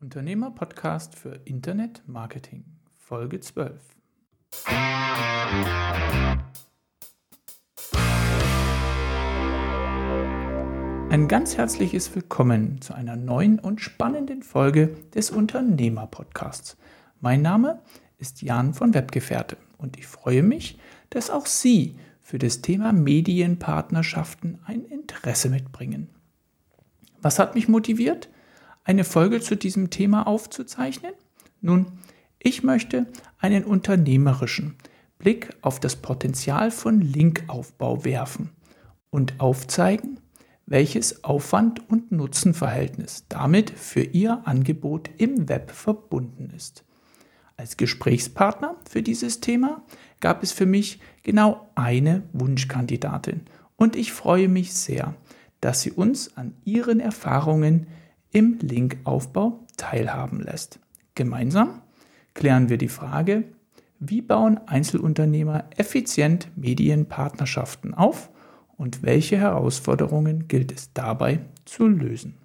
Unternehmer-Podcast für Internet Marketing, Folge 12. Ein ganz herzliches Willkommen zu einer neuen und spannenden Folge des Unternehmer-Podcasts. Mein Name ist Jan von Webgefährte und ich freue mich, dass auch Sie für das Thema Medienpartnerschaften ein Interesse mitbringen. Was hat mich motiviert, eine Folge zu diesem Thema aufzuzeichnen? Nun, ich möchte einen unternehmerischen Blick auf das Potenzial von Linkaufbau werfen und aufzeigen, welches Aufwand- und Nutzenverhältnis damit für Ihr Angebot im Web verbunden ist. Als Gesprächspartner für dieses Thema gab es für mich genau eine Wunschkandidatin und ich freue mich sehr, dass sie uns an ihren Erfahrungen im Linkaufbau teilhaben lässt. Gemeinsam klären wir die Frage, wie bauen Einzelunternehmer effizient Medienpartnerschaften auf und welche Herausforderungen gilt es dabei zu lösen.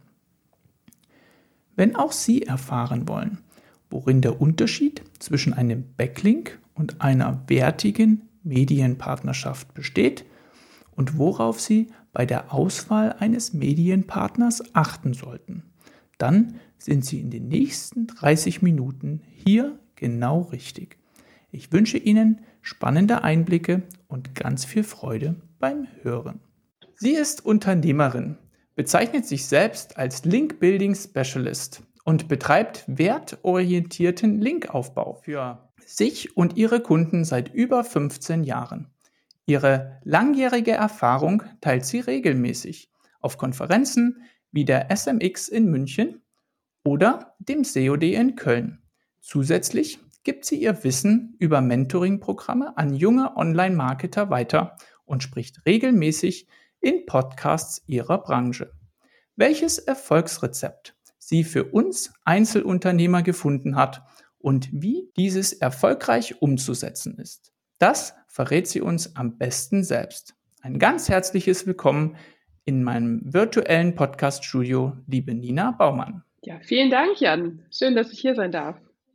Wenn auch Sie erfahren wollen, worin der Unterschied zwischen einem Backlink und einer wertigen Medienpartnerschaft besteht und worauf Sie bei der Auswahl eines Medienpartners achten sollten, dann sind Sie in den nächsten 30 Minuten hier genau richtig. Ich wünsche Ihnen spannende Einblicke und ganz viel Freude beim Hören. Sie ist Unternehmerin, bezeichnet sich selbst als Link Building Specialist und betreibt wertorientierten Linkaufbau für sich und ihre Kunden seit über 15 Jahren. Ihre langjährige Erfahrung teilt sie regelmäßig auf Konferenzen wie der SMX in München oder dem COD in Köln. Zusätzlich gibt sie ihr Wissen über Mentoring-Programme an junge Online-Marketer weiter und spricht regelmäßig in Podcasts ihrer Branche. Welches Erfolgsrezept sie für uns Einzelunternehmer gefunden hat und wie dieses erfolgreich umzusetzen ist, das verrät sie uns am besten selbst. Ein ganz herzliches Willkommen in meinem virtuellen Podcast-Studio, liebe Nina Baumann. Ja, vielen Dank, Jan. Schön, dass ich hier sein darf.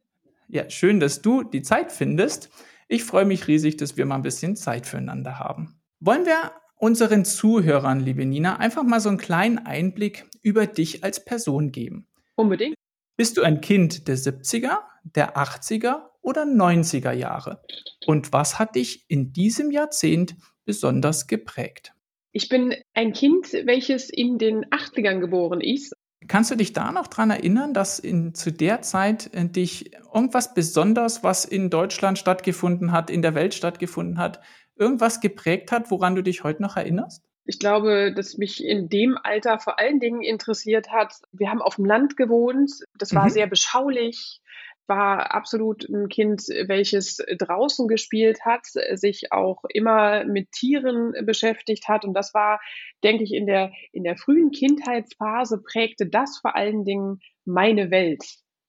Ja, schön, dass du die Zeit findest. Ich freue mich riesig, dass wir mal ein bisschen Zeit füreinander haben. Wollen wir unseren Zuhörern, liebe Nina, einfach mal so einen kleinen Einblick über dich als Person geben? Unbedingt. Bist du ein Kind der 70er, der 80er oder 90er Jahre? Und was hat dich in diesem Jahrzehnt besonders geprägt? Ich bin ein Kind, welches in den 80ern geboren ist. Kannst du dich da noch dran erinnern, dass zu der Zeit dich irgendwas Besonderes, was in Deutschland stattgefunden hat, in der Welt stattgefunden hat, irgendwas geprägt hat, woran du dich heute noch erinnerst? Ich glaube, dass mich in dem Alter vor allen Dingen interessiert hat, wir haben auf dem Land gewohnt, das war sehr beschaulich, war absolut ein Kind, welches draußen gespielt hat, sich auch immer mit Tieren beschäftigt hat. Und das war, denke ich, in der frühen Kindheitsphase prägte das vor allen Dingen meine Welt.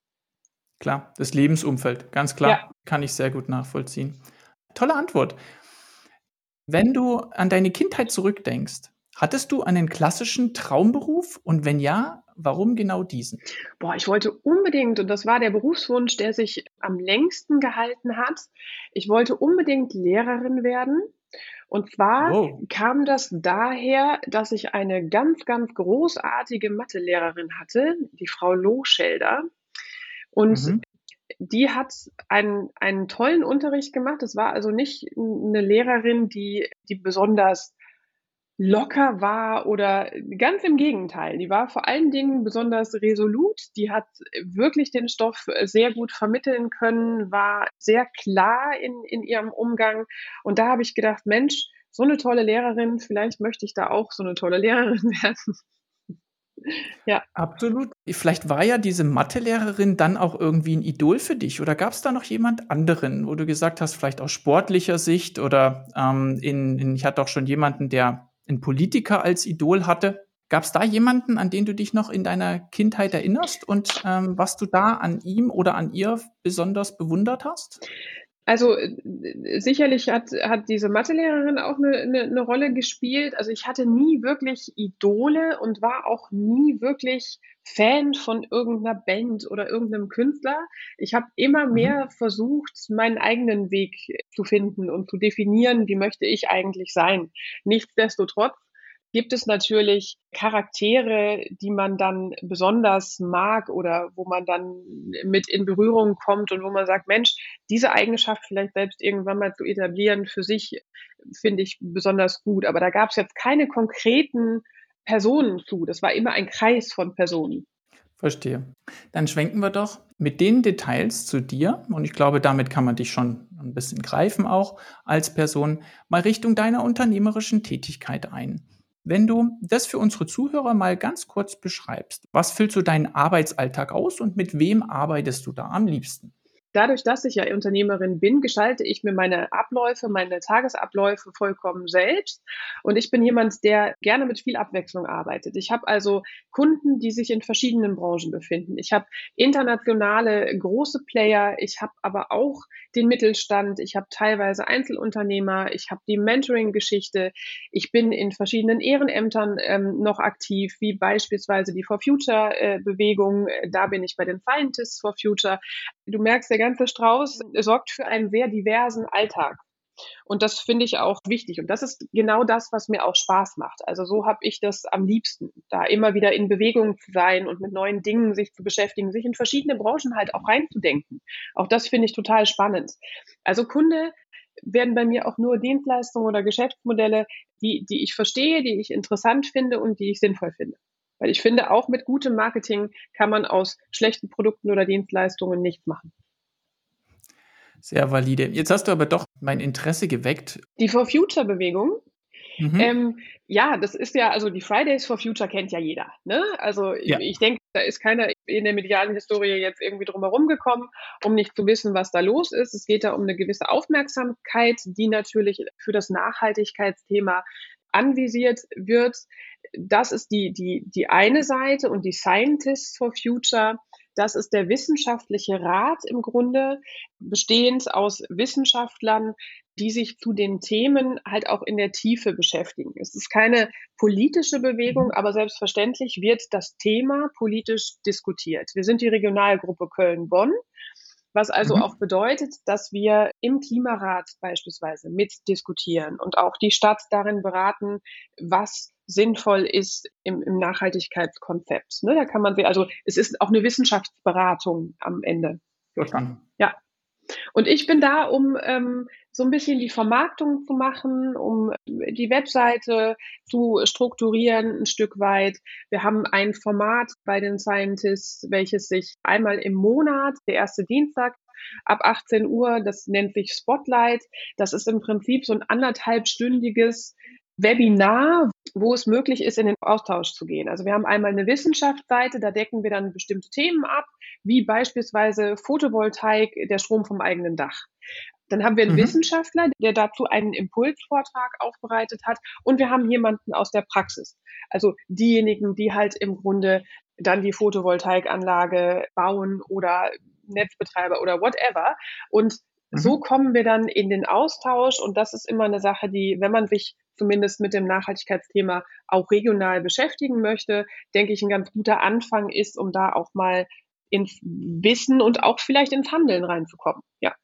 Klar, das Lebensumfeld, ganz klar, Ja. kann ich sehr gut nachvollziehen. Tolle Antwort. Wenn du an deine Kindheit zurückdenkst, hattest du einen klassischen Traumberuf und wenn ja, warum genau diesen? Ich wollte unbedingt, und das war der Berufswunsch, der sich am längsten gehalten hat, ich wollte unbedingt Lehrerin werden. Und zwar kam das daher, dass ich eine ganz, ganz großartige Mathelehrerin hatte, die Frau Lohschelder. Und die hat einen tollen Unterricht gemacht. Es war also nicht eine Lehrerin, die besonders locker war oder ganz im Gegenteil. Die war vor allen Dingen besonders resolut. Die hat wirklich den Stoff sehr gut vermitteln können, war sehr klar in ihrem Umgang. Und da habe ich gedacht, Mensch, so eine tolle Lehrerin, vielleicht möchte ich da auch so eine tolle Lehrerin werden. Ja. Absolut. Vielleicht war ja diese Mathelehrerin dann auch irgendwie ein Idol für dich oder gab es da noch jemand anderen, wo du gesagt hast, vielleicht aus sportlicher Sicht oder ich hatte auch schon jemanden, der einen Politiker als Idol hatte. Gab es da jemanden, an den du dich noch in deiner Kindheit erinnerst und was du da an ihm oder an ihr besonders bewundert hast? Also, sicherlich hat diese Mathelehrerin auch eine Rolle gespielt. Also, ich hatte nie wirklich Idole und war auch nie wirklich Fan von irgendeiner Band oder irgendeinem Künstler. Ich habe immer Mhm. mehr versucht, meinen eigenen Weg zu finden und zu definieren, wie möchte ich eigentlich sein. Nichtsdestotrotz gibt es natürlich Charaktere, die man dann besonders mag oder wo man dann mit in Berührung kommt und wo man sagt: „Mensch, diese Eigenschaft vielleicht selbst irgendwann mal zu etablieren für sich, finde ich besonders gut." Aber da gab es jetzt keine konkreten Personen zu. Das war immer ein Kreis von Personen. Verstehe. Dann schwenken wir doch mit den Details zu dir und ich glaube, damit kann man dich schon ein bisschen greifen auch als Person, mal Richtung deiner unternehmerischen Tätigkeit ein. Wenn du das für unsere Zuhörer mal ganz kurz beschreibst, was füllt so deinen Arbeitsalltag aus und mit wem arbeitest du da am liebsten? Dadurch, dass ich ja Unternehmerin bin, gestalte ich mir meine Abläufe, meine Tagesabläufe vollkommen selbst. Und ich bin jemand, der gerne mit viel Abwechslung arbeitet. Ich habe also Kunden, die sich in verschiedenen Branchen befinden. Ich habe internationale große Player. Ich habe aber auch den Mittelstand. Ich habe teilweise Einzelunternehmer. Ich habe die Mentoring-Geschichte. Ich bin in verschiedenen Ehrenämtern noch aktiv, wie beispielsweise die For Future Bewegung. Da bin ich bei den Scientists for Future. Du merkst, der ganze Strauß sorgt für einen sehr diversen Alltag. Und das finde ich auch wichtig. Und das ist genau das, was mir auch Spaß macht. Also so habe ich das am liebsten, da immer wieder in Bewegung zu sein und mit neuen Dingen sich zu beschäftigen, sich in verschiedene Branchen halt auch reinzudenken. Auch das finde ich total spannend. Also Kunde werden bei mir auch nur Dienstleistungen oder Geschäftsmodelle, die ich verstehe, die ich interessant finde und die ich sinnvoll finde. Weil ich finde, auch mit gutem Marketing kann man aus schlechten Produkten oder Dienstleistungen nichts machen. Sehr valide. Jetzt hast du aber doch mein Interesse geweckt. Die For Future Bewegung, Mhm. ja, das ist ja, also die Fridays for Future kennt ja jeder. Ne? Also Ja. ich denke, da ist keiner in der medialen Historie jetzt irgendwie drum herum gekommen, um nicht zu wissen, was da los ist. Es geht da um eine gewisse Aufmerksamkeit, die natürlich für das Nachhaltigkeitsthema anvisiert wird. Das ist die eine Seite, und die Scientists for Future, das ist der wissenschaftliche Rat im Grunde, bestehend aus Wissenschaftlern, die sich zu den Themen halt auch in der Tiefe beschäftigen. Es ist keine politische Bewegung, Mhm. aber selbstverständlich wird das Thema politisch diskutiert. Wir sind die Regionalgruppe Köln-Bonn, was also Mhm. auch bedeutet, dass wir im Klimarat beispielsweise mitdiskutieren und auch die Stadt darin beraten, was sinnvoll ist im Nachhaltigkeitskonzept. Ne, da kann man also es ist auch eine Wissenschaftsberatung am Ende. Verstanden. Ja. Und ich bin da, um so ein bisschen die Vermarktung zu machen, um die Webseite zu strukturieren ein Stück weit. Wir haben ein Format bei den Scientists, welches sich einmal im Monat, der erste Dienstag ab 18 Uhr, das nennt sich Spotlight. Das ist im Prinzip so ein anderthalbstündiges Webinar, wo es möglich ist, in den Austausch zu gehen. Also wir haben einmal eine Wissenschaftsseite, da decken wir dann bestimmte Themen ab, wie beispielsweise Photovoltaik, der Strom vom eigenen Dach. Dann haben wir einen Mhm. Wissenschaftler, der dazu einen Impulsvortrag aufbereitet hat, und wir haben jemanden aus der Praxis. Also diejenigen, die halt im Grunde dann die Photovoltaikanlage bauen oder Netzbetreiber oder whatever. Und so Mhm. kommen wir dann in den Austausch, und das ist immer eine Sache, die, wenn man sich zumindest mit dem Nachhaltigkeitsthema auch regional beschäftigen möchte, denke ich, ein ganz guter Anfang ist, um da auch mal ins Wissen und auch vielleicht ins Handeln reinzukommen. Ja,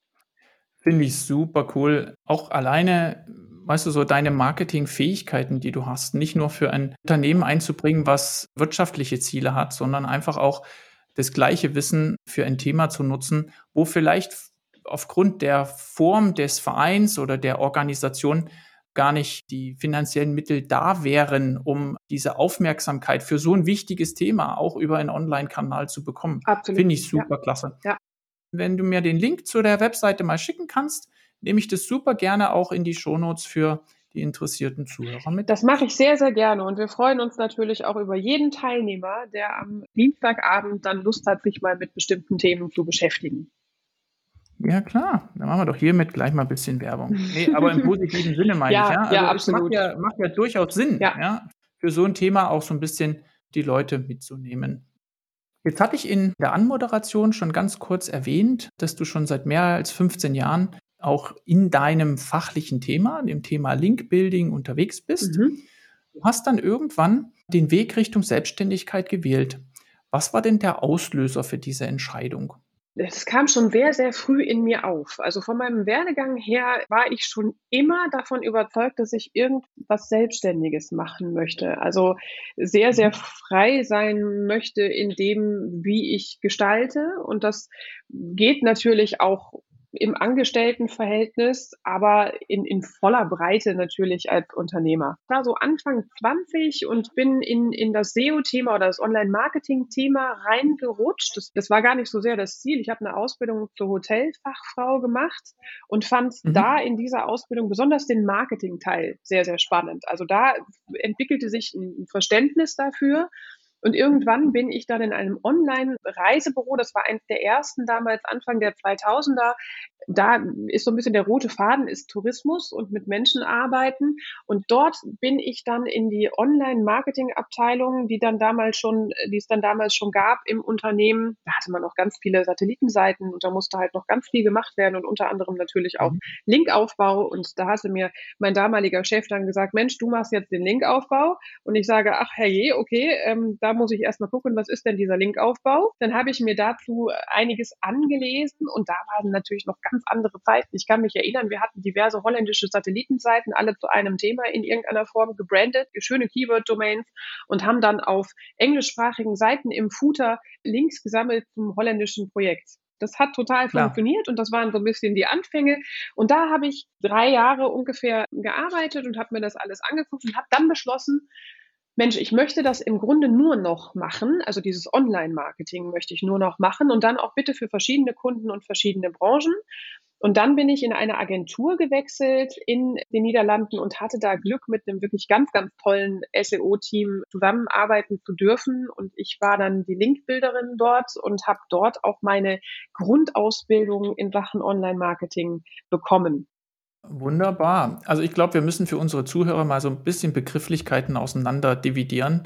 Finde ich super cool. Auch alleine, weißt du, so deine Marketingfähigkeiten, die du hast, nicht nur für ein Unternehmen einzubringen, was wirtschaftliche Ziele hat, sondern einfach auch das gleiche Wissen für ein Thema zu nutzen, wo vielleicht aufgrund der Form des Vereins oder der Organisation gar nicht die finanziellen Mittel da wären, um diese Aufmerksamkeit für so ein wichtiges Thema auch über einen Online-Kanal zu bekommen. absolut. Finde ich Ja, super klasse. ja. Wenn du mir den Link zu der Webseite mal schicken kannst, nehme ich das super gerne auch in die Shownotes für die interessierten Zuhörer mit Das auf. mache ich sehr, sehr gerne, und wir freuen uns natürlich auch über jeden Teilnehmer, der am Dienstagabend dann Lust hat, sich mal mit bestimmten Themen zu beschäftigen. Ja klar, dann machen wir doch hiermit gleich mal ein bisschen Werbung. Ne, aber im positiven Sinne meine ich, Ja, ja. ja, Also, es macht absolut. ja macht ja durchaus Sinn, Ja. ja, für so 'n Thema auch so 'n bisschen die Leute mitzunehmen. Jetzt hatte ich in der Anmoderation schon ganz kurz erwähnt, dass du schon seit mehr als 15 Jahren auch in deinem fachlichen Thema, dem Thema Link-Building, unterwegs bist. Mhm. Du hast dann irgendwann den Weg Richtung Selbstständigkeit gewählt. Was war denn der Auslöser für diese Entscheidung? Es kam schon sehr, sehr früh in mir auf. Also von meinem Werdegang her war ich schon immer davon überzeugt, dass ich irgendwas Selbstständiges machen möchte. Also sehr, sehr Mhm. frei sein möchte in dem, wie ich gestalte. Und das geht natürlich auch im Angestelltenverhältnis, aber in voller Breite natürlich als Unternehmer. Ich war so Anfang 20 und bin in das SEO-Thema oder das Online-Marketing-Thema reingerutscht. Das war gar nicht so sehr das Ziel. Ich habe eine Ausbildung zur Hotelfachfrau gemacht und fand da Mhm. in dieser Ausbildung besonders den Marketing-Teil sehr, sehr spannend. Also da entwickelte sich ein Verständnis dafür. Und irgendwann bin ich dann in einem Online-Reisebüro, das war eines der ersten damals, Anfang der 2000er. Da ist so ein bisschen der rote Faden, ist Tourismus und mit Menschen arbeiten. Und dort bin ich dann in die Online-Marketing-Abteilung, die es dann damals schon gab im Unternehmen. Da hatte man noch ganz viele Satellitenseiten und da musste halt noch ganz viel gemacht werden und unter anderem natürlich auch Mhm. Linkaufbau. Und da hatte mir mein damaliger Chef dann gesagt, Mensch, du machst jetzt den Linkaufbau. Und ich sage, ach herrje, okay, da muss ich erstmal gucken, was ist denn dieser Linkaufbau? Dann habe ich mir dazu einiges angelesen und da waren natürlich noch ganz andere Zeiten. Ich kann mich erinnern, wir hatten diverse holländische Satellitenseiten, alle zu einem Thema in irgendeiner Form gebrandet, schöne Keyword-Domains und haben dann auf englischsprachigen Seiten im Footer Links gesammelt zum holländischen Projekt. Das hat total Klar. funktioniert und das waren so ein bisschen die Anfänge. Und da habe ich 3 Jahre ungefähr gearbeitet und habe mir das alles angeguckt und habe dann beschlossen, Mensch, ich möchte das im Grunde nur noch machen. Also dieses Online-Marketing möchte ich nur noch machen und dann auch bitte für verschiedene Kunden und verschiedene Branchen. Und dann bin ich in eine Agentur gewechselt in den Niederlanden und hatte da Glück, mit einem wirklich ganz, ganz tollen SEO-Team zusammenarbeiten zu dürfen. Und ich war dann die Linkbuilderin dort und habe dort auch meine Grundausbildung in Sachen Online-Marketing bekommen. Wunderbar. Also ich glaube, wir müssen für unsere Zuhörer mal so ein bisschen Begrifflichkeiten auseinander dividieren.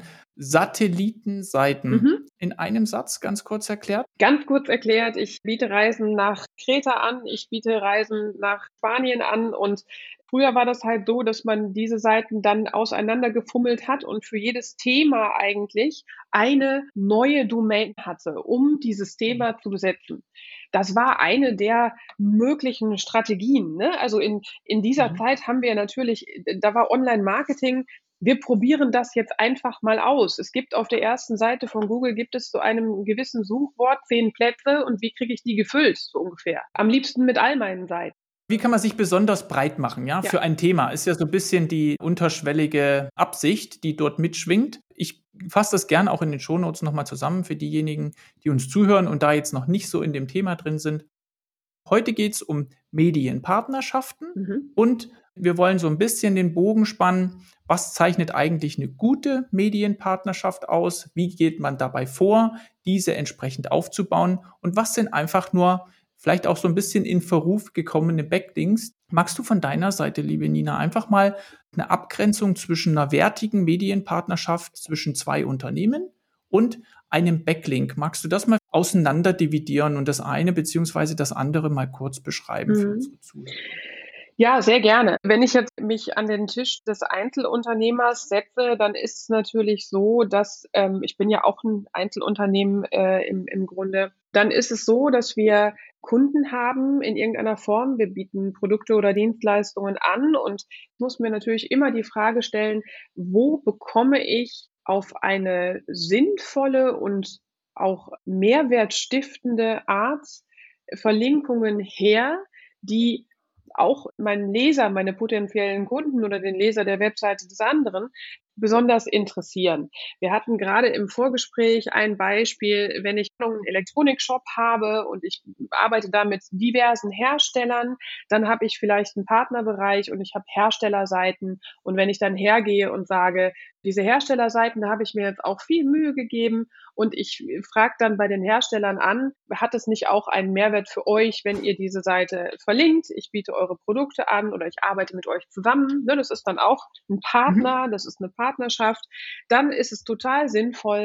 Satellitenseiten. Mhm. In einem Satz ganz kurz erklärt? Ganz kurz erklärt, ich biete Reisen nach Kreta an, ich biete Reisen nach Spanien an und früher war das halt so, dass man diese Seiten dann auseinandergefummelt hat und für jedes Thema eigentlich eine neue Domain hatte, um dieses Mhm. Thema zu besetzen. Das war eine der möglichen Strategien, ne? Also in dieser Mhm. Zeit haben wir natürlich da war Online-Marketing, wir probieren das jetzt einfach mal aus. Es gibt auf der ersten Seite von Google gibt es zu einem gewissen Suchwort 10 Plätze und wie kriege ich die gefüllt, so ungefähr? Am liebsten mit all meinen Seiten. Wie kann man sich besonders breit machen, ja, Ja. für ein Thema? Ist ja so ein bisschen die unterschwellige Absicht, die dort mitschwingt. Ich fasse das gern auch in den Shownotes noch mal zusammen für diejenigen, die uns zuhören und da jetzt noch nicht so in dem Thema drin sind. Heute geht's um Medienpartnerschaften Mhm. und wir wollen so ein bisschen den Bogen spannen. Was zeichnet eigentlich eine gute Medienpartnerschaft aus? Wie geht man dabei vor, diese entsprechend aufzubauen? Und was sind einfach nur vielleicht auch so ein bisschen in Verruf gekommene Backlinks? Magst du von deiner Seite, liebe Nina, einfach mal eine Abgrenzung zwischen einer wertigen Medienpartnerschaft zwischen 2 Unternehmen und einem Backlink. Magst du das mal auseinander dividieren und das eine beziehungsweise das andere mal kurz beschreiben für Mhm. unsere Zuhörer? Ja, sehr gerne. Wenn ich jetzt mich an den Tisch des Einzelunternehmers setze, dann ist es natürlich so, dass ich bin ja auch ein Einzelunternehmen im Grunde. Dann ist es so, dass wir Kunden haben in irgendeiner Form. Wir bieten Produkte oder Dienstleistungen an und ich muss mir natürlich immer die Frage stellen, wo bekomme ich auf eine sinnvolle und auch mehrwertstiftende Art Verlinkungen her, die auch meinen Leser, meine potenziellen Kunden oder den Leser der Webseite des anderen besonders interessieren. Wir hatten gerade im Vorgespräch ein Beispiel, wenn ich einen Elektronikshop habe und ich arbeite da mit diversen Herstellern, dann habe ich vielleicht einen Partnerbereich und ich habe Herstellerseiten. Und wenn ich dann hergehe und sage, diese Herstellerseiten, da habe ich mir jetzt auch viel Mühe gegeben und ich frage dann bei den Herstellern an, hat es nicht auch einen Mehrwert für euch, wenn ihr diese Seite verlinkt? Ich biete eure Produkte an oder ich arbeite mit euch zusammen. Ne, das ist dann auch ein Mhm. Partner, das ist eine Partnerschaft. Dann ist es total sinnvoll,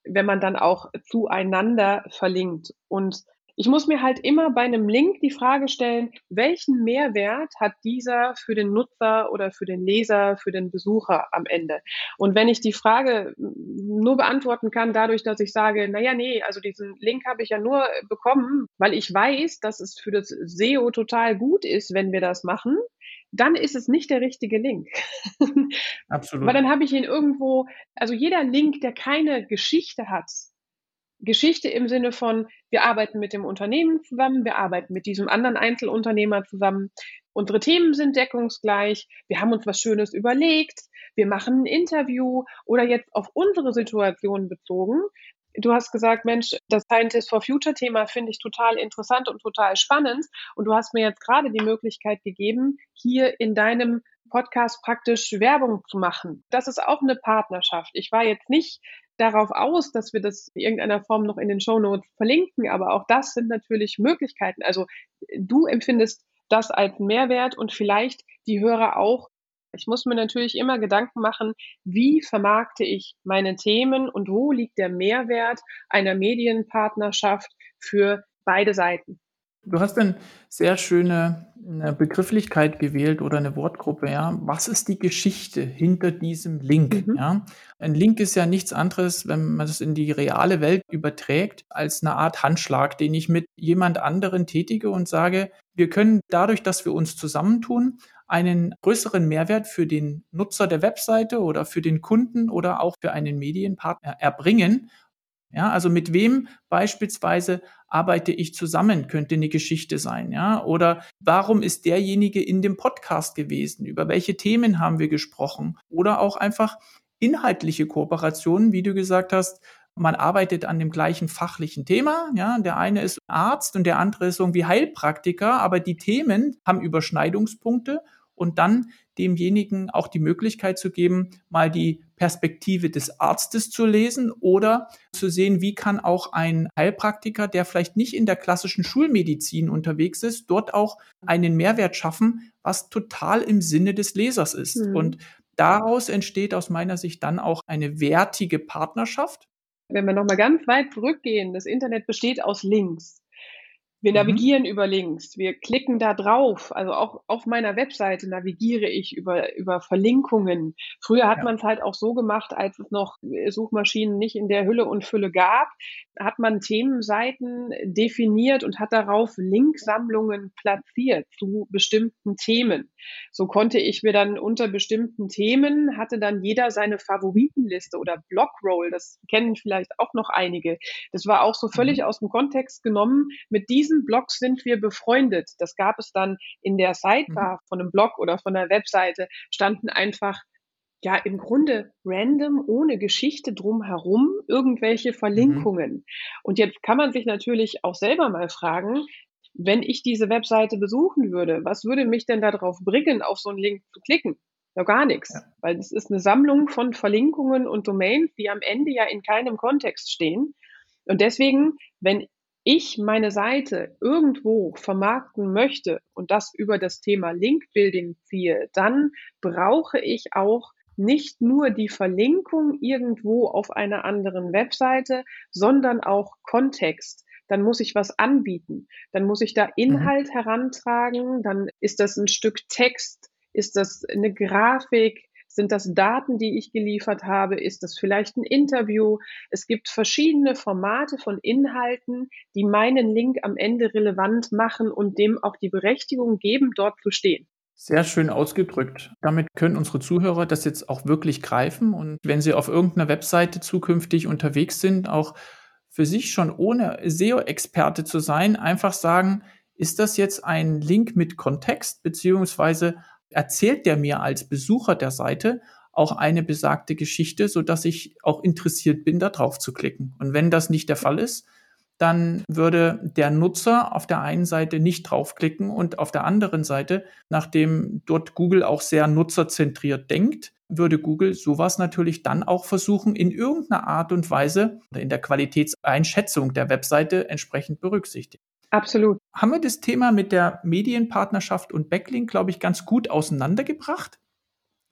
wenn man dann auch zueinander verlinkt. Und ich muss mir halt immer bei einem Link die Frage stellen, welchen Mehrwert hat dieser für den Nutzer oder für den Leser, für den Besucher am Ende? Und wenn ich die Frage nur beantworten kann dadurch, dass ich sage, na ja, ne, also diesen Link habe ich ja nur bekommen, weil ich weiß, dass es für das SEO total gut ist, wenn wir das machen, dann ist es nicht der richtige Link. Weil Absolut. dann habe ich ihn irgendwo, also jeder Link, der keine Geschichte hat, Geschichte im Sinne von, wir arbeiten mit dem Unternehmen zusammen, wir arbeiten mit diesem anderen Einzelunternehmer zusammen, unsere Themen sind deckungsgleich, wir haben uns was Schönes überlegt, wir machen ein Interview oder jetzt auf unsere Situation bezogen. Du hast gesagt, Mensch, das Scientists for Future Thema finde ich total interessant und total spannend. Und du hast mir jetzt gerade die Möglichkeit gegeben, hier in deinem Podcast praktisch Werbung zu machen. Das ist auch eine Partnerschaft. Ich war jetzt nicht darauf aus, dass wir das in irgendeiner Form noch in den Shownotes verlinken, aber auch das sind natürlich Möglichkeiten. Also du empfindest das als Mehrwert und vielleicht die Hörer auch. Ich muss mir natürlich immer Gedanken machen, wie vermarkte ich meine Themen und wo liegt der Mehrwert einer Medienpartnerschaft für beide Seiten. Du hast eine sehr schöne 'ne Begrifflichkeit gewählt oder eine Wortgruppe, ja. Was ist die Geschichte hinter diesem Link, Mhm. ja? Ein Link ist ja nichts anderes, wenn man es in die reale Welt überträgt, als eine Art Handschlag, den ich mit jemand anderen tätige und sage: „Wir können dadurch, dass wir uns zusammentun, einen größeren Mehrwert für den Nutzer der Webseite oder für den Kunden oder auch für einen Medienpartner erbringen.“ Ja, also mit wem beispielsweise arbeite ich zusammen, könnte eine Geschichte sein, ja? Oder warum ist derjenige in dem Podcast gewesen? Über welche Themen haben wir gesprochen? Oder auch einfach inhaltliche Kooperationen, wie du gesagt hast, man arbeitet an dem gleichen fachlichen Thema, ja? Der eine ist Arzt und der andere ist irgendwie Heilpraktiker, aber die Themen haben Überschneidungspunkte und dann demjenigen auch die Möglichkeit zu geben, mal die Perspektive des Arztes zu lesen oder zu sehen, wie kann auch ein Heilpraktiker, der vielleicht nicht in der klassischen Schulmedizin unterwegs ist, dort auch einen Mehrwert schaffen, was total im Sinne des Lesers ist. Und Mhm. daraus entsteht aus meiner Sicht dann auch eine wertige Partnerschaft. Wenn wir nochmal ganz weit zurückgehen, das Internet besteht aus Links. Wir Mhm. navigieren über Links, wir klicken da drauf. Also auch auf meiner Webseite navigiere ich über Verlinkungen. Früher hat Ja. man es halt auch so gemacht, als es noch Suchmaschinen nicht in der Hülle und Fülle gab, hat man Themenseiten definiert und hat darauf Linksammlungen platziert zu bestimmten Themen. So konnte ich mir dann unter bestimmten Themen hatte dann jeder seine Favoritenliste oder Blockroll, das kennen vielleicht auch noch einige. Das war auch so völlig Mhm. aus dem Kontext genommen. Mit diesen Blogs sind wir befreundet. Das gab es dann in der Mhm. Sidebar von einem Blog oder von der Webseite, standen einfach, ja, im Grunde random, ohne Geschichte drumherum, irgendwelche Mhm. Verlinkungen. Und jetzt kann man sich natürlich auch selber mal fragen, wenn ich diese Webseite besuchen würde, was würde mich denn darauf bringen, auf so einen Link zu klicken? Ja, gar nichts, Ja. weil das ist eine Sammlung von Verlinkungen und Domains, die am Ende ja in keinem Kontext stehen. Und deswegen, wenn ich meine Seite irgendwo vermarkten möchte und das über das Thema Link-Building ziehe, dann brauche ich auch nicht nur die Verlinkung irgendwo auf einer anderen Webseite, sondern auch Kontext. Dann muss ich was anbieten. Dann muss ich da Mhm. Inhalt herantragen. Dann ist das ein Stück Text. Ist das eine Grafik? Sind das Daten, die ich geliefert habe? Ist das vielleicht ein Interview? Es gibt verschiedene Formate von Inhalten, die meinen Link am Ende relevant machen und dem auch die Berechtigung geben, dort zu stehen. Sehr schön ausgedrückt. Damit können unsere Zuhörer das jetzt auch wirklich greifen und wenn sie auf irgendeiner Webseite zukünftig unterwegs sind, auch für sich schon ohne SEO-Experte zu sein, einfach sagen: „Ist das jetzt ein Link mit Kontext, beziehungsweise erzählt der mir als Besucher der Seite auch eine besagte Geschichte, sodass ich auch interessiert bin, da drauf zu klicken?“ Und wenn das nicht der Fall ist, dann würde der Nutzer auf der einen Seite nicht draufklicken und auf der anderen Seite, nachdem dort Google auch sehr nutzerzentriert denkt, würde Google sowas natürlich dann auch versuchen, in irgendeiner Art und Weise oder in der Qualitätseinschätzung der Webseite entsprechend berücksichtigen. Absolut. Haben wir das Thema mit der Medienpartnerschaft und Backlink, glaube ich, ganz gut auseinandergebracht.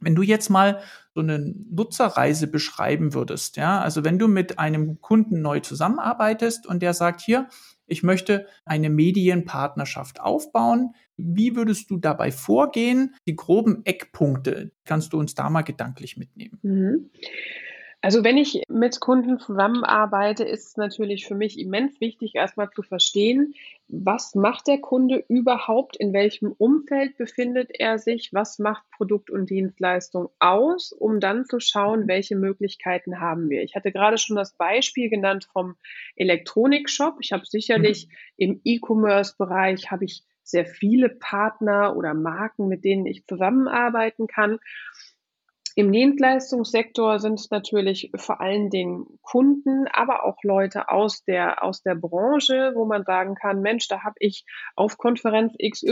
Wenn du jetzt mal so eine Nutzerreise beschreiben würdest, ja, also wenn du mit einem Kunden neu zusammenarbeitest und der sagt, hier, ich möchte eine Medienpartnerschaft aufbauen, wie würdest du dabei vorgehen? Die groben Eckpunkte, kannst du uns da mal gedanklich mitnehmen? Mhm. Also, wenn ich mit Kunden zusammenarbeite, ist es natürlich für mich immens wichtig, erstmal zu verstehen, was macht der Kunde überhaupt, in welchem Umfeld befindet er sich, was macht Produkt und Dienstleistung aus, um dann zu schauen, welche Möglichkeiten haben wir. Ich hatte gerade schon das Beispiel genannt vom Elektronikshop. Ich habe sicherlich Mhm. im E-Commerce-Bereich habe ich sehr viele Partner oder Marken, mit denen ich zusammenarbeiten kann. Im Dienstleistungssektor sind es natürlich vor allen Dingen Kunden, aber auch Leute aus der Branche, wo man sagen kann: „Mensch, da habe ich auf Konferenz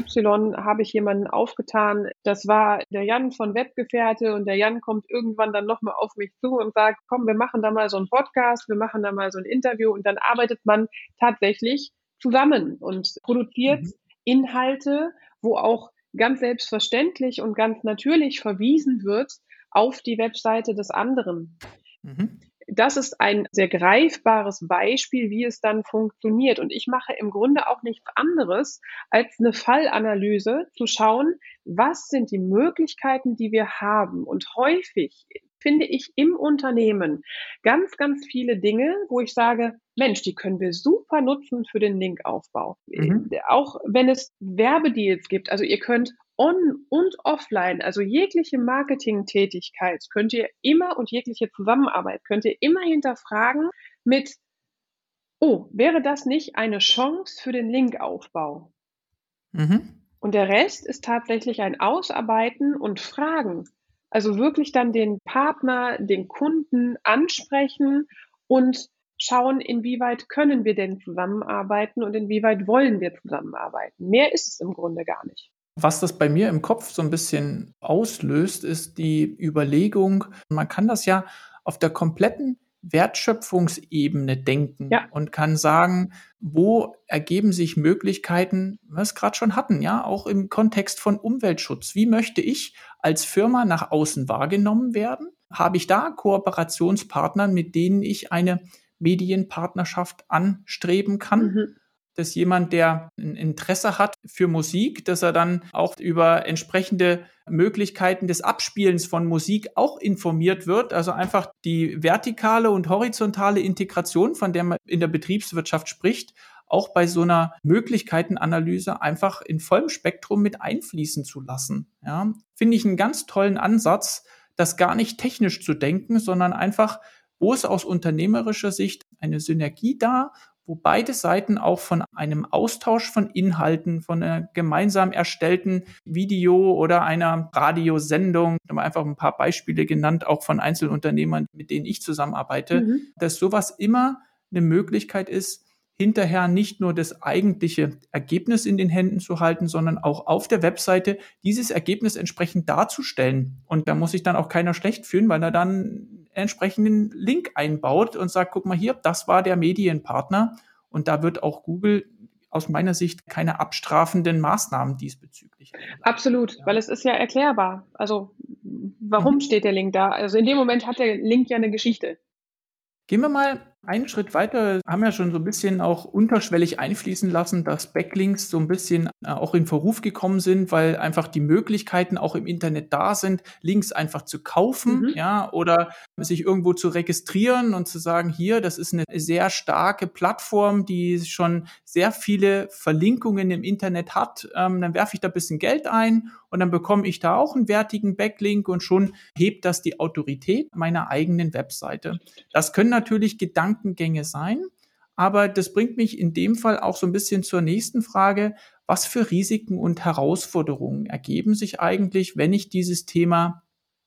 XY habe ich jemanden aufgetan. Das war der Jan von Webbgefährte und der Jan kommt irgendwann dann noch mal auf mich zu und sagt: ‚Komm, wir machen da mal so 'n Podcast, wir machen da mal so 'n Interview.'“ Und dann arbeitet man tatsächlich zusammen und produziert Mhm. Inhalte, wo auch ganz selbstverständlich und ganz natürlich verwiesen wird auf die Webseite des anderen. Mhm. Das ist ein sehr greifbares Beispiel, wie es dann funktioniert. Und ich mache im Grunde auch nichts anderes, als eine Fallanalyse zu schauen, was sind die Möglichkeiten, die wir haben. Und häufig finde ich im Unternehmen ganz, ganz viele Dinge, wo ich sage: „Mensch, die können wir super nutzen für den Linkaufbau.“ Mhm. Auch wenn es Werbedeals gibt. Also, ihr könnt on und offline, also jegliche Marketingtätigkeit könnt ihr immer und jegliche Zusammenarbeit könnt ihr immer hinterfragen mit: „Oh, wäre das nicht eine Chance für den Linkaufbau?“ Mhm. Und der Rest ist tatsächlich ein Ausarbeiten und Fragen. Also wirklich dann den Partner, den Kunden ansprechen und schauen, inwieweit können wir denn zusammenarbeiten und inwieweit wollen wir zusammenarbeiten. Mehr ist es im Grunde gar nicht. Was das bei mir im Kopf so ein bisschen auslöst, ist die Überlegung, man kann das ja auf der kompletten Wertschöpfungsebene denken Ja. und kann sagen, wo ergeben sich Möglichkeiten, was wir grad schon hatten, ja, auch im Kontext von Umweltschutz. Wie möchte ich als Firma nach außen wahrgenommen werden? Habe ich da Kooperationspartner, mit denen ich eine Medienpartnerschaft anstreben kann? Mhm. Dass jemand, der ein Interesse hat für Musik, dass er dann auch über entsprechende Möglichkeiten des Abspielens von Musik auch informiert wird. Also einfach die vertikale und horizontale Integration, von der man in der Betriebswirtschaft spricht, auch bei so einer Möglichkeitenanalyse einfach in vollem Spektrum mit einfließen zu lassen. Ja, finde ich einen ganz tollen Ansatz, das gar nicht technisch zu denken, sondern einfach, wo ist aus unternehmerischer Sicht eine Synergie da, wo beide Seiten auch von einem Austausch von Inhalten, von einer gemeinsam erstellten Video oder einer Radiosendung, ich habe einfach ein paar Beispiele genannt, auch von Einzelunternehmern, mit denen ich zusammenarbeite, Mhm. dass sowas immer eine Möglichkeit ist, hinterher nicht nur das eigentliche Ergebnis in den Händen zu halten, sondern auch auf der Webseite dieses Ergebnis entsprechend darzustellen. Und da muss sich dann auch keiner schlecht fühlen, weil er dann entsprechenden Link einbaut und sagt, guck mal hier, das war der Medienpartner. Und da wird auch Google aus meiner Sicht keine abstrafenden Maßnahmen diesbezüglich einleiten. Absolut, Ja. weil es ist ja erklärbar. Also, warum Mhm. steht der Link da? Also, in dem Moment hat der Link ja 'ne Geschichte. Gehen wir mal einen Schritt weiter. Haben ja schon so ein bisschen auch unterschwellig einfließen lassen, dass Backlinks so ein bisschen, auch in Verruf gekommen sind, weil einfach die Möglichkeiten auch im Internet da sind, Links einfach zu kaufen, Mhm. ja, oder sich irgendwo zu registrieren und zu sagen: „Hier, das ist eine sehr starke Plattform, die schon sehr viele Verlinkungen im Internet hat. Dann werfe ich da ein bisschen Geld ein und dann bekomme ich da auch einen wertigen Backlink und schon hebt das die Autorität meiner eigenen Webseite.“ Das können natürlich Gedankengänge sein, aber das bringt mich in dem Fall auch so ein bisschen zur nächsten Frage. Was für Risiken und Herausforderungen ergeben sich eigentlich, wenn ich dieses Thema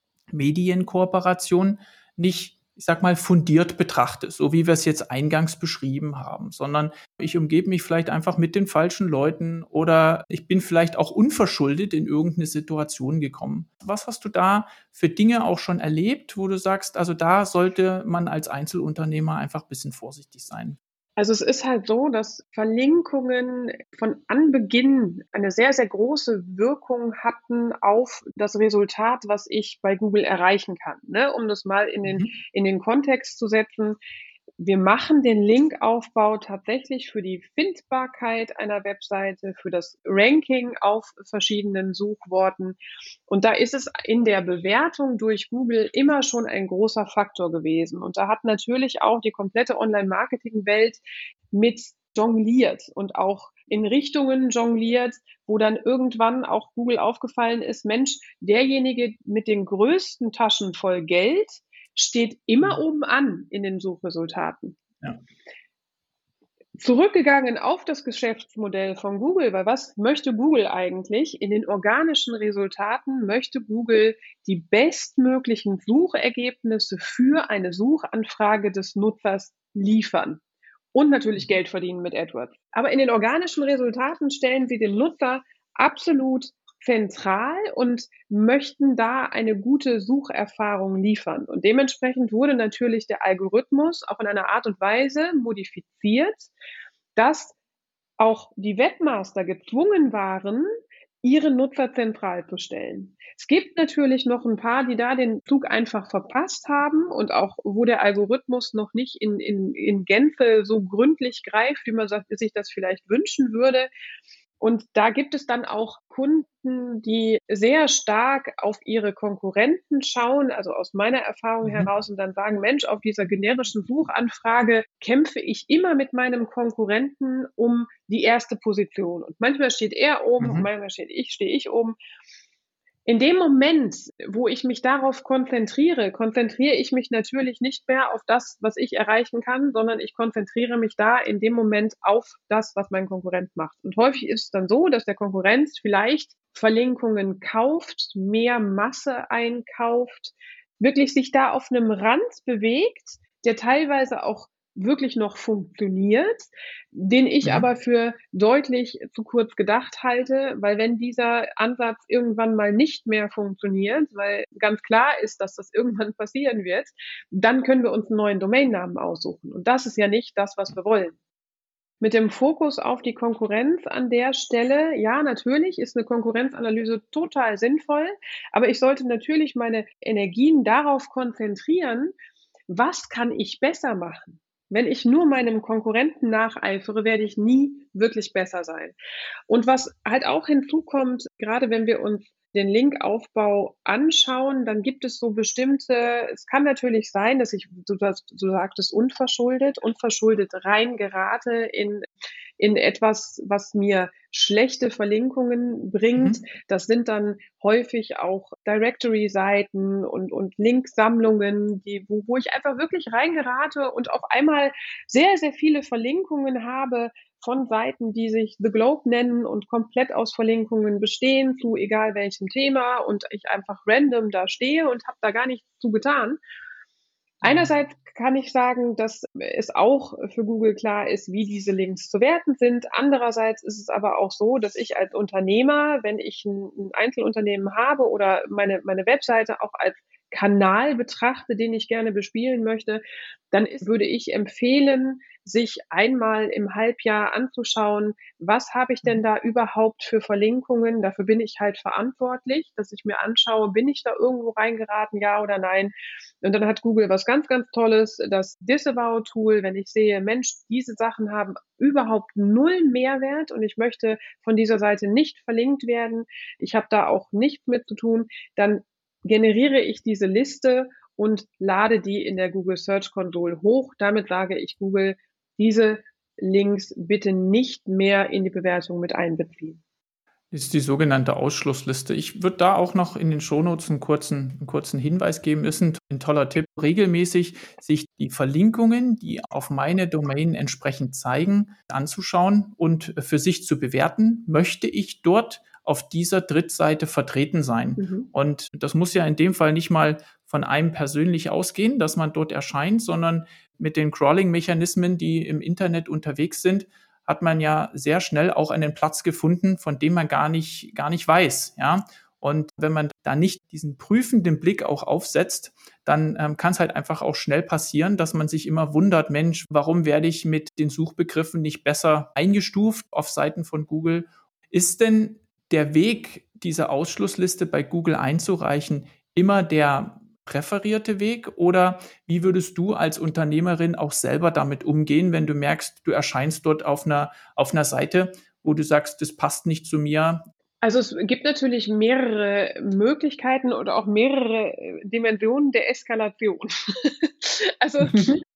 Medienkooperation nicht, ich sage mal, fundiert betrachte, so wie wir es jetzt eingangs beschrieben haben, sondern ich umgebe mich vielleicht einfach mit den falschen Leuten oder ich bin vielleicht auch unverschuldet in irgendeine Situation gekommen. Was hast du da für Dinge auch schon erlebt, wo du sagst, also da sollte man als Einzelunternehmer einfach ein bisschen vorsichtig sein? Also, es ist halt so, dass Verlinkungen von Anbeginn eine sehr, sehr große Wirkung hatten auf das Resultat, was ich bei Google erreichen kann, ne? Um das mal Mhm. in den Kontext zu setzen. Wir machen den Linkaufbau tatsächlich für die Findbarkeit einer Webseite, für das Ranking auf verschiedenen Suchworten. Und da ist es in der Bewertung durch Google immer schon ein großer Faktor gewesen. Und da hat natürlich auch die komplette Online-Marketing-Welt mit jongliert und auch in Richtungen jongliert, wo dann irgendwann auch Google aufgefallen ist, Mensch, derjenige mit den größten Taschen voll Geld steht immer Mhm. oben an in den Suchresultaten. Ja. Zurückgegangen auf das Geschäftsmodell von Google, weil was möchte Google eigentlich? In den organischen Resultaten möchte Google die bestmöglichen Suchergebnisse für eine Suchanfrage des Nutzers liefern und natürlich Mhm. Geld verdienen mit AdWords. Aber in den organischen Resultaten stellen sie den Nutzer absolut zentral und möchten da eine gute Sucherfahrung liefern. Und dementsprechend wurde natürlich der Algorithmus auch in einer Art und Weise modifiziert, dass auch die Webmaster gezwungen waren, ihre Nutzer zentral zu stellen. Es gibt natürlich noch ein paar, die da den Zug einfach verpasst haben und auch wo der Algorithmus noch nicht in Gänze so gründlich greift, wie man sich das vielleicht wünschen würde. Und da gibt es dann auch Kunden, die sehr stark auf ihre Konkurrenten schauen, also aus meiner Erfahrung Mhm. heraus und dann sagen: „Mensch, auf dieser generischen Suchanfrage kämpfe ich immer mit meinem Konkurrenten um die erste Position.“ Und manchmal steht er oben, Mhm. manchmal stehe ich oben. In dem Moment, wo ich mich darauf konzentriere, konzentriere ich mich natürlich nicht mehr auf das, was ich erreichen kann, sondern ich konzentriere mich da in dem Moment auf das, was mein Konkurrent macht. Und häufig ist es dann so, dass der Konkurrent vielleicht Verlinkungen kauft, mehr Masse einkauft, wirklich sich da auf einem Rand bewegt, der teilweise auch wirklich noch funktioniert, den ich Mhm. aber für deutlich zu kurz gedacht halte, weil wenn dieser Ansatz irgendwann mal nicht mehr funktioniert, weil ganz klar ist, dass das irgendwann passieren wird, dann können wir uns einen neuen Domainnamen aussuchen. Und das ist ja nicht das, was wir wollen. Mit dem Fokus auf die Konkurrenz an der Stelle, ja, natürlich ist eine Konkurrenzanalyse total sinnvoll, aber ich sollte natürlich meine Energien darauf konzentrieren, was kann ich besser machen? Wenn ich nur meinem Konkurrenten nacheifere, werde ich nie wirklich besser sein. Und was halt auch hinzukommt, gerade wenn wir uns den Linkaufbau anschauen, dann gibt es so bestimmte es kann natürlich sein, dass ich, du sagtest unverschuldet reingerate in etwas, was mir schlechte Verlinkungen bringt. Mhm. Das sind dann häufig auch Directory-Seiten und Linksammlungen, wo ich einfach wirklich reingerate und auf einmal sehr, sehr viele Verlinkungen habe von Seiten, die sich The Globe nennen und komplett aus Verlinkungen bestehen zu egal welchem Thema und ich einfach random da stehe und habe da gar nichts zu getan. Mhm. Einerseits kann ich sagen, dass es auch für Google klar ist, wie diese Links zu werten sind. Andererseits ist es aber auch so, dass ich als Unternehmer, wenn ich ein Einzelunternehmen habe oder meine Webseite auch als Kanal betrachte, den ich gerne bespielen möchte, würde ich empfehlen, sich einmal im Halbjahr anzuschauen, was habe ich denn Mhm. da überhaupt für Verlinkungen? Dafür bin ich halt verantwortlich, dass ich mir anschaue, bin ich da irgendwo reingeraten, ja oder nein? Und dann hat Google was ganz, ganz Tolles, das Disavow-Tool. Wenn ich sehe, Mensch, diese Sachen haben überhaupt null Mehrwert und ich möchte von dieser Seite nicht verlinkt werden, ich habe da auch nichts mit zu tun, dann generiere ich diese Liste und lade die in der Google Search Console hoch. Damit sage ich Google, diese Links bitte nicht mehr in die Bewertung mit einbeziehen. Ist die sogenannte Ausschlussliste. Ich würde da auch noch in den Shownotes einen kurzen Hinweis geben. Ist ein toller Tipp, regelmäßig sich die Verlinkungen, die auf meine Domain entsprechend zeigen, anzuschauen und für sich zu bewerten. Möchte ich dort auf dieser Drittseite vertreten sein? Mhm. Und das muss ja in dem Fall nicht mal von einem persönlich ausgehen, dass man dort erscheint, sondern mit den Crawling-Mechanismen, die im Internet unterwegs sind, hat man ja sehr schnell auch einen Platz gefunden, von dem man gar nicht weiß, ja. Und wenn man da nicht diesen prüfenden Blick auch aufsetzt, dann kann es halt einfach auch schnell passieren, dass man sich immer wundert, Mensch, warum werde ich mit den Suchbegriffen nicht besser eingestuft auf Seiten von Google? Ist denn der Weg, diese Ausschlussliste bei Google einzureichen, immer der präferierte Weg? Oder wie würdest du als Unternehmerin auch selber damit umgehen, wenn du merkst, du erscheinst dort auf einer Seite, wo du sagst, das passt nicht zu mir? Also, es gibt natürlich mehrere Möglichkeiten oder auch mehrere, Dimensionen der Eskalation. Also,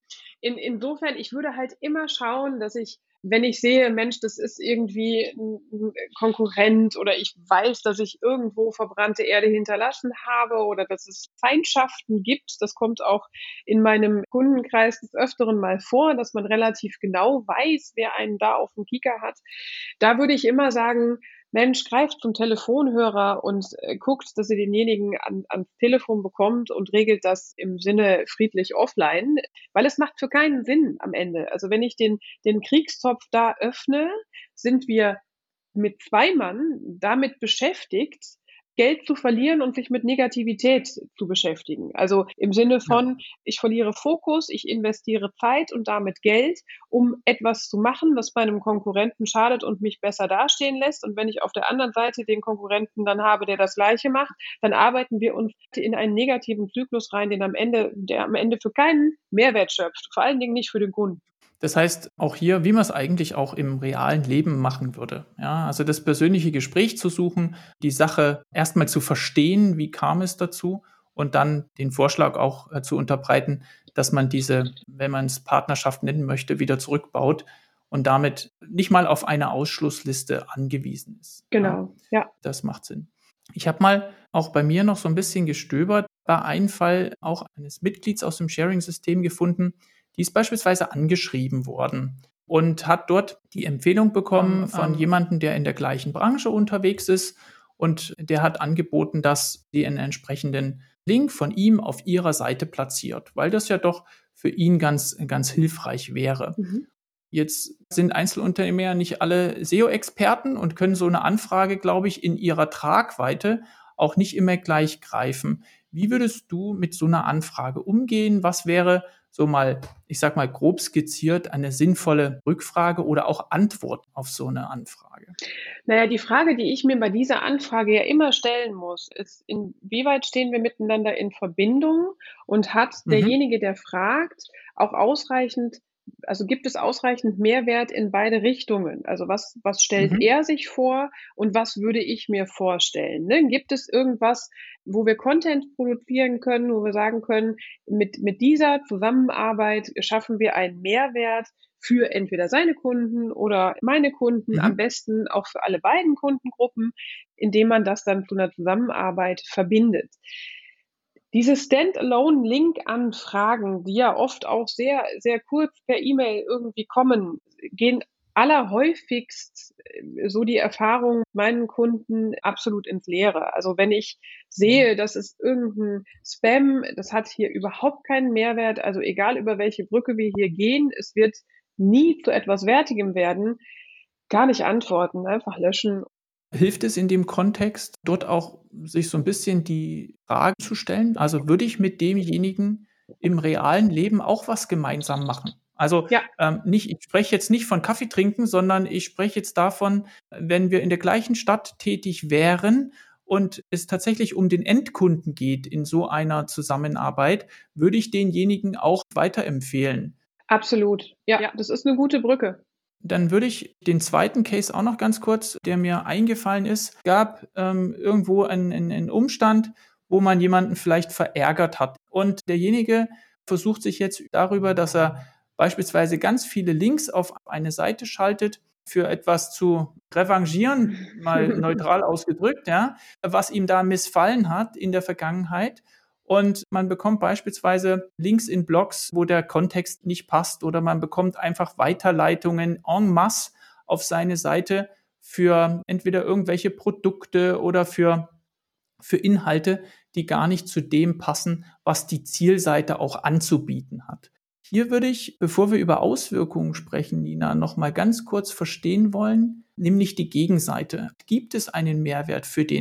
insofern, ich würde halt immer schauen, dass ich, wenn ich sehe, Mensch, das ist irgendwie ein Konkurrent oder ich weiß, dass ich irgendwo verbrannte Erde hinterlassen habe oder dass es Feindschaften gibt. Das kommt auch in meinem Kundenkreis des Öfteren mal vor, dass man relativ genau weiß, wer einen da auf dem Kieker hat. Da würde ich immer sagen: Mensch, greift zum Telefonhörer und, guckt, dass ihr denjenigen ans Telefon bekommt und regelt das im Sinne friedlich offline, weil es macht für keinen Sinn am Ende. Also, wenn ich den Kriegstopf da öffne, sind wir mit 2 Mann damit beschäftigt, Geld zu verlieren und sich mit Negativität zu beschäftigen. Also, im Sinne Ja. von, ich verliere Fokus, ich investiere Zeit und damit Geld, um etwas zu machen, was meinem Konkurrenten schadet und mich besser dastehen lässt. Und wenn ich auf der anderen Seite den Konkurrenten dann habe, der das Gleiche macht, dann arbeiten wir uns in einen negativen Zyklus rein, der am Ende für keinen Mehrwert schöpft, vor allen Dingen nicht für den Kunden. Das heißt, auch hier, wie man es eigentlich auch im realen Leben machen würde. Ja, also das persönliche Gespräch zu suchen, die Sache erstmal zu verstehen, wie kam es dazu und dann den Vorschlag auch zu unterbreiten, dass man diese, wenn man es Partnerschaft nennen möchte, wieder zurückbaut und damit nicht mal auf eine Ausschlussliste angewiesen ist. Ja, Genau, ja. das macht Sinn. Ich habe mal auch bei mir noch so ein bisschen gestöbert, bei einem Fall auch eines Mitglieds aus dem Sharing-System gefunden, die ist beispielsweise angeschrieben worden und hat dort die Empfehlung bekommen von jemandem, der in der gleichen Branche unterwegs ist, und der hat angeboten, dass sie einen entsprechenden Link von ihm auf ihrer Seite platziert, weil das ja doch für ihn ganz, ganz hilfreich wäre. Mhm. Jetzt sind Einzelunternehmer ja nicht alle SEO-Experten und können so eine Anfrage, glaube ich, in ihrer Tragweite auch nicht immer gleich greifen. Wie würdest du mit so einer Anfrage umgehen? Was wäre so mal, ich sag mal grob skizziert, eine sinnvolle Rückfrage oder auch Antwort auf so eine Anfrage? Na ja, die Frage, die ich mir bei dieser Anfrage ja immer stellen muss, ist: Inwieweit stehen wir miteinander in Verbindung und hat Mhm. derjenige, der fragt, auch ausreichend, also gibt es ausreichend Mehrwert in beide Richtungen? Also, was stellt Mhm. er sich vor und was würde ich mir vorstellen, ne? Gibt es irgendwas, wo wir Content produzieren können, wo wir sagen können, mit dieser Zusammenarbeit schaffen wir einen Mehrwert für entweder seine Kunden oder meine Kunden, am Mhm. besten auch für alle beiden Kundengruppen, indem man das dann zu einer Zusammenarbeit verbindet. Diese Standalone-Link-Anfragen, die ja oft auch sehr, sehr kurz per E-Mail irgendwie kommen, gehen allerhäufigst, so die Erfahrung meinen Kunden, absolut ins Leere. Also, wenn ich Ja. sehe, das ist irgendein Spam, das hat hier überhaupt keinen Mehrwert, also egal über welche Brücke wir hier gehen, es wird nie zu etwas Wertigem werden, gar nicht antworten, einfach löschen. Hilft es in dem Kontext, dort auch sich so ein bisschen die Frage zu stellen, also, würde ich mit demjenigen im realen Leben auch was gemeinsam machen? Also, Ja. nicht, ich spreche jetzt nicht von Kaffee trinken, sondern ich spreche jetzt davon, wenn wir in der gleichen Stadt tätig wären und es tatsächlich um den Endkunden geht in so einer Zusammenarbeit, würde ich denjenigen auch weiterempfehlen. Absolut. Ja, das ist 'ne gute Brücke. Dann würde ich den zweiten Case auch noch ganz kurz, der mir eingefallen ist, gab irgendwo einen Umstand, wo man jemanden vielleicht verärgert hat. Und derjenige versucht sich jetzt darüber, dass er beispielsweise ganz viele Links auf eine Seite schaltet, für etwas zu revanchieren, mal neutral ausgedrückt, ja, was ihm da missfallen hat in der Vergangenheit. Und man bekommt beispielsweise Links in Blogs, wo der Kontext nicht passt, oder man bekommt einfach Weiterleitungen en masse auf seine Seite für entweder irgendwelche Produkte oder für Inhalte, die gar nicht zu dem passen, was die Zielseite auch anzubieten hat. Hier würde ich, bevor wir über Auswirkungen sprechen, Nina, noch mal ganz kurz verstehen wollen, nämlich die Gegenseite. Gibt es einen Mehrwert für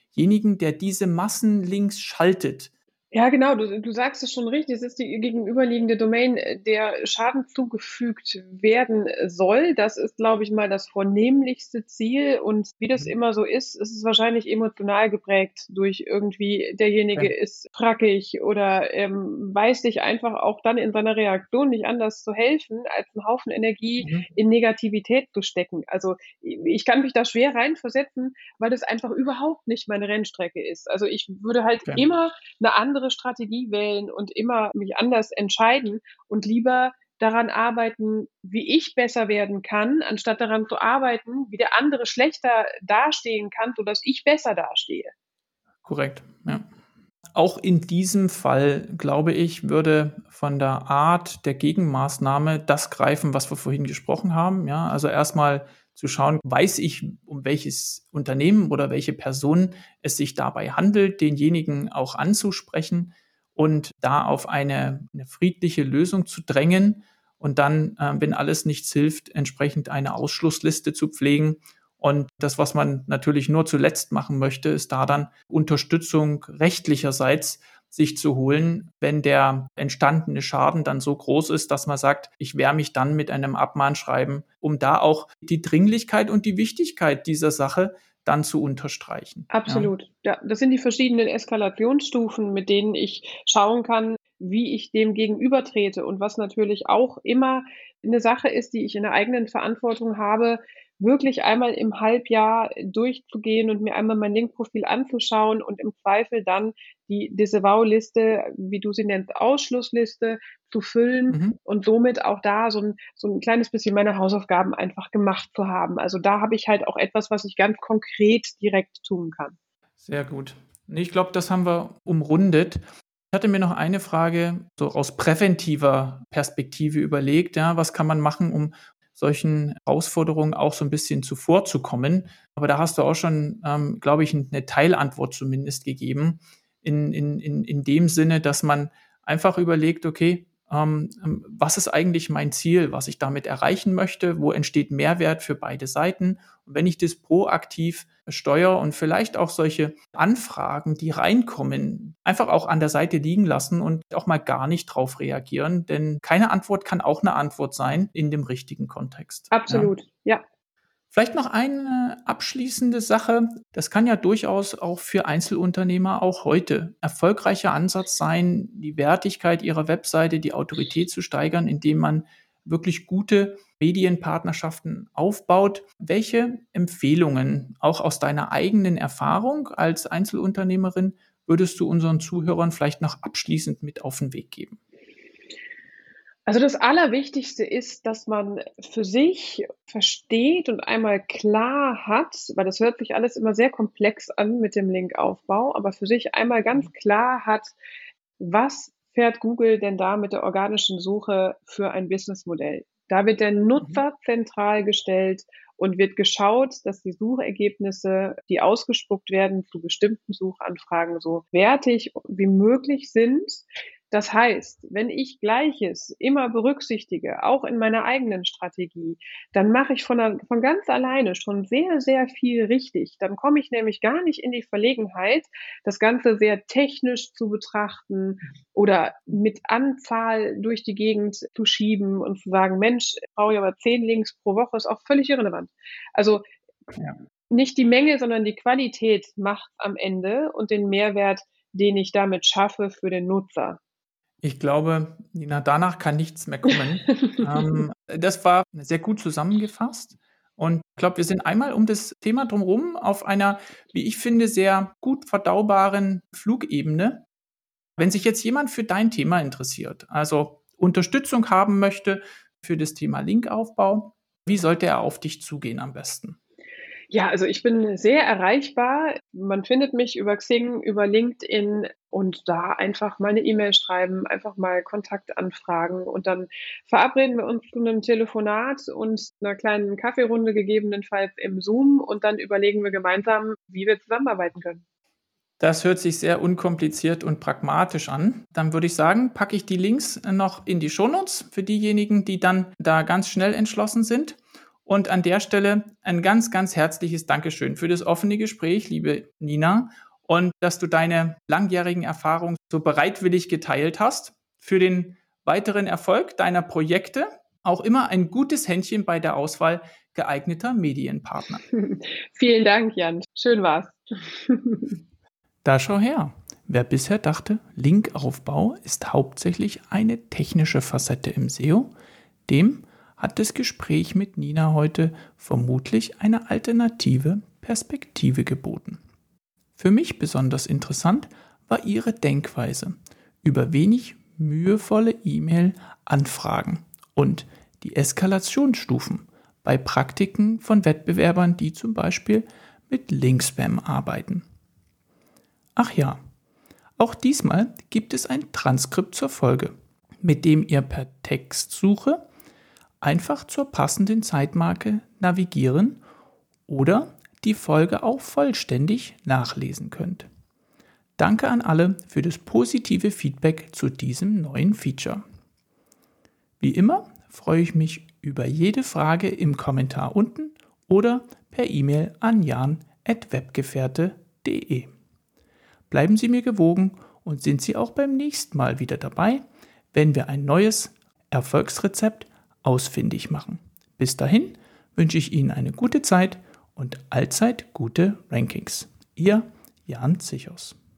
demjenigen, der diese Massenlinks schaltet? Ja, genau, du sagst es schon richtig. Es ist die gegenüberliegende Domain, der Schaden zugefügt werden soll. Das ist, glaube ich mal, das vornehmlichste Ziel. Und wie das immer so ist es wahrscheinlich emotional geprägt durch irgendwie derjenige Okay. ist frackig oder weiß sich einfach auch dann in seiner Reaktion nicht anders zu helfen, als einen Haufen Energie Mhm. in Negativität zu stecken. Also ich kann mich da schwer reinversetzen, weil das einfach überhaupt nicht meine Rennstrecke ist. Also ich würde halt Okay. immer eine andere Strategie wählen und immer mich anders entscheiden und lieber daran arbeiten, wie ich besser werden kann, anstatt daran zu arbeiten, wie der andere schlechter dastehen kann, sodass ich besser dastehe. Korrekt, ja. Auch in diesem Fall, glaube ich, würde von der Art der Gegenmaßnahme das greifen, was wir vorhin gesprochen haben. Ja, also erstmal zu schauen, weiß ich, um welches Unternehmen oder welche Person es sich dabei handelt, denjenigen auch anzusprechen und da auf eine friedliche Lösung zu drängen und dann, wenn alles nichts hilft, entsprechend eine Ausschlussliste zu pflegen. Und das, was man natürlich nur zuletzt machen möchte, ist da dann Unterstützung rechtlicherseits sich zu holen, wenn der entstandene Schaden dann so groß ist, dass man sagt, ich wehre mich dann mit einem Abmahnschreiben, um da auch die Dringlichkeit und die Wichtigkeit dieser Sache dann zu unterstreichen. Ja. Absolut. Ja, das sind die verschiedenen Eskalationsstufen, mit denen ich schauen kann, wie ich dem gegenübertrete und was natürlich auch immer eine Sache ist, die ich in der eigenen Verantwortung habe, wirklich einmal im Halbjahr durchzugehen und mir einmal mein Link-Profil anzuschauen und im Zweifel dann die Disavow-Liste, wie du sie nennst, Ausschlussliste zu füllen Mhm. und somit auch da so ein kleines bisschen meine Hausaufgaben einfach gemacht zu haben. Also, da habe ich halt auch etwas, was ich ganz konkret direkt tun kann. Sehr gut. Ne, ich glaube, das haben wir umrundet. Ich hatte mir noch eine Frage so aus präventiver Perspektive überlegt, ja, was kann man machen, um solchen Herausforderungen auch so ein bisschen zuvorzukommen? Aber da hast du auch schon, glaube ich, 'ne Teilantwort zumindest gegeben in dem Sinne, dass man einfach überlegt: „Okay, was ist eigentlich mein Ziel, was ich damit erreichen möchte? Wo entsteht Mehrwert für beide Seiten?“ Und wenn ich das proaktiv steuere und vielleicht auch solche Anfragen, die reinkommen, einfach auch an der Seite liegen lassen und auch mal gar nicht drauf reagieren, denn keine Antwort kann auch eine Antwort sein in dem richtigen Kontext, ja. Absolut, ja. Vielleicht noch eine abschließende Sache. Das kann ja durchaus auch für Einzelunternehmer auch heute erfolgreicher Ansatz sein, die Wertigkeit ihrer Webseite, die Autorität zu steigern, indem man wirklich gute Medienpartnerschaften aufbaut. Welche Empfehlungen, auch aus deiner eigenen Erfahrung als Einzelunternehmerin, würdest du unseren Zuhörern vielleicht noch abschließend mit auf den Weg geben? Also, das Allerwichtigste ist, dass man für sich versteht und einmal klar hat, weil das hört sich alles immer sehr komplex an mit dem Linkaufbau, aber für sich einmal ganz klar hat, was fährt Google denn da mit der organischen Suche für ein Businessmodell? Da wird der Mhm. Nutzer zentral gestellt und wird geschaut, dass die Suchergebnisse, die ausgespuckt werden zu bestimmten Suchanfragen, so wertig wie möglich sind. Das heißt, wenn ich Gleiches immer berücksichtige, auch in meiner eigenen Strategie, dann mache ich von ganz alleine schon sehr, sehr viel richtig. Dann komme ich nämlich gar nicht in die Verlegenheit, das Ganze sehr technisch zu betrachten oder mit Anzahl durch die Gegend zu schieben und zu sagen: „Mensch, brauche ich aber 10 Links pro Woche“, ist auch völlig irrelevant. Also, Ja. nicht die Menge, sondern die Qualität macht's am Ende und den Mehrwert, den ich damit schaffe für den Nutzer. Ich glaube, Nina, danach kann nichts mehr kommen. Das war sehr gut zusammengefasst und ich glaube, wir sind einmal um das Thema drumherum auf einer, wie ich finde, sehr gut verdaubaren Flugebene. Wenn sich jetzt jemand für dein Thema interessiert, also Unterstützung haben möchte für das Thema Linkaufbau, wie sollte er auf dich zugehen am besten? Ja, also ich bin sehr erreichbar. Man findet mich über Xing, über LinkedIn und da einfach mal 'ne E-Mail schreiben, einfach mal Kontakt anfragen und dann verabreden wir uns zu 'nem Telefonat und 'ner kleinen Kaffeerunde gegebenenfalls im Zoom und dann überlegen wir gemeinsam, wie wir zusammenarbeiten können. Das hört sich sehr unkompliziert und pragmatisch an. Dann würde ich sagen, packe ich die Links noch in die Shownotes für diejenigen, die dann da ganz schnell entschlossen sind. Und an der Stelle ein ganz, ganz herzliches Dankeschön für das offene Gespräch, liebe Nina, und dass du deine langjährigen Erfahrungen so bereitwillig geteilt hast. Für den weiteren Erfolg deiner Projekte auch immer ein gutes Händchen bei der Auswahl geeigneter Medienpartner. Vielen Dank, Jan. Schön war's. Da schau her. Wer bisher dachte, Linkaufbau ist hauptsächlich eine technische Facette im SEO, dem hat das Gespräch mit Nina heute vermutlich eine alternative Perspektive geboten. Für mich besonders interessant war ihre Denkweise über wenig mühevolle E-Mail-Anfragen und die Eskalationsstufen bei Praktiken von Wettbewerbern, die zum Beispiel mit Linkspam arbeiten. Ach ja, auch diesmal gibt es ein Transkript zur Folge, mit dem ihr per Textsuche einfach zur passenden Zeitmarke navigieren oder die Folge auch vollständig nachlesen könnt. Danke an alle für das positive Feedback zu diesem neuen Feature. Wie immer freue ich mich über jede Frage im Kommentar unten oder per E-Mail an jan@webgefährte.de. Bleiben Sie mir gewogen und sind Sie auch beim nächsten Mal wieder dabei, wenn wir ein neues Erfolgsrezept ausfindig machen. Bis dahin wünsche ich Ihnen eine gute Zeit und allzeit gute Rankings. Ihr Jan Zichos.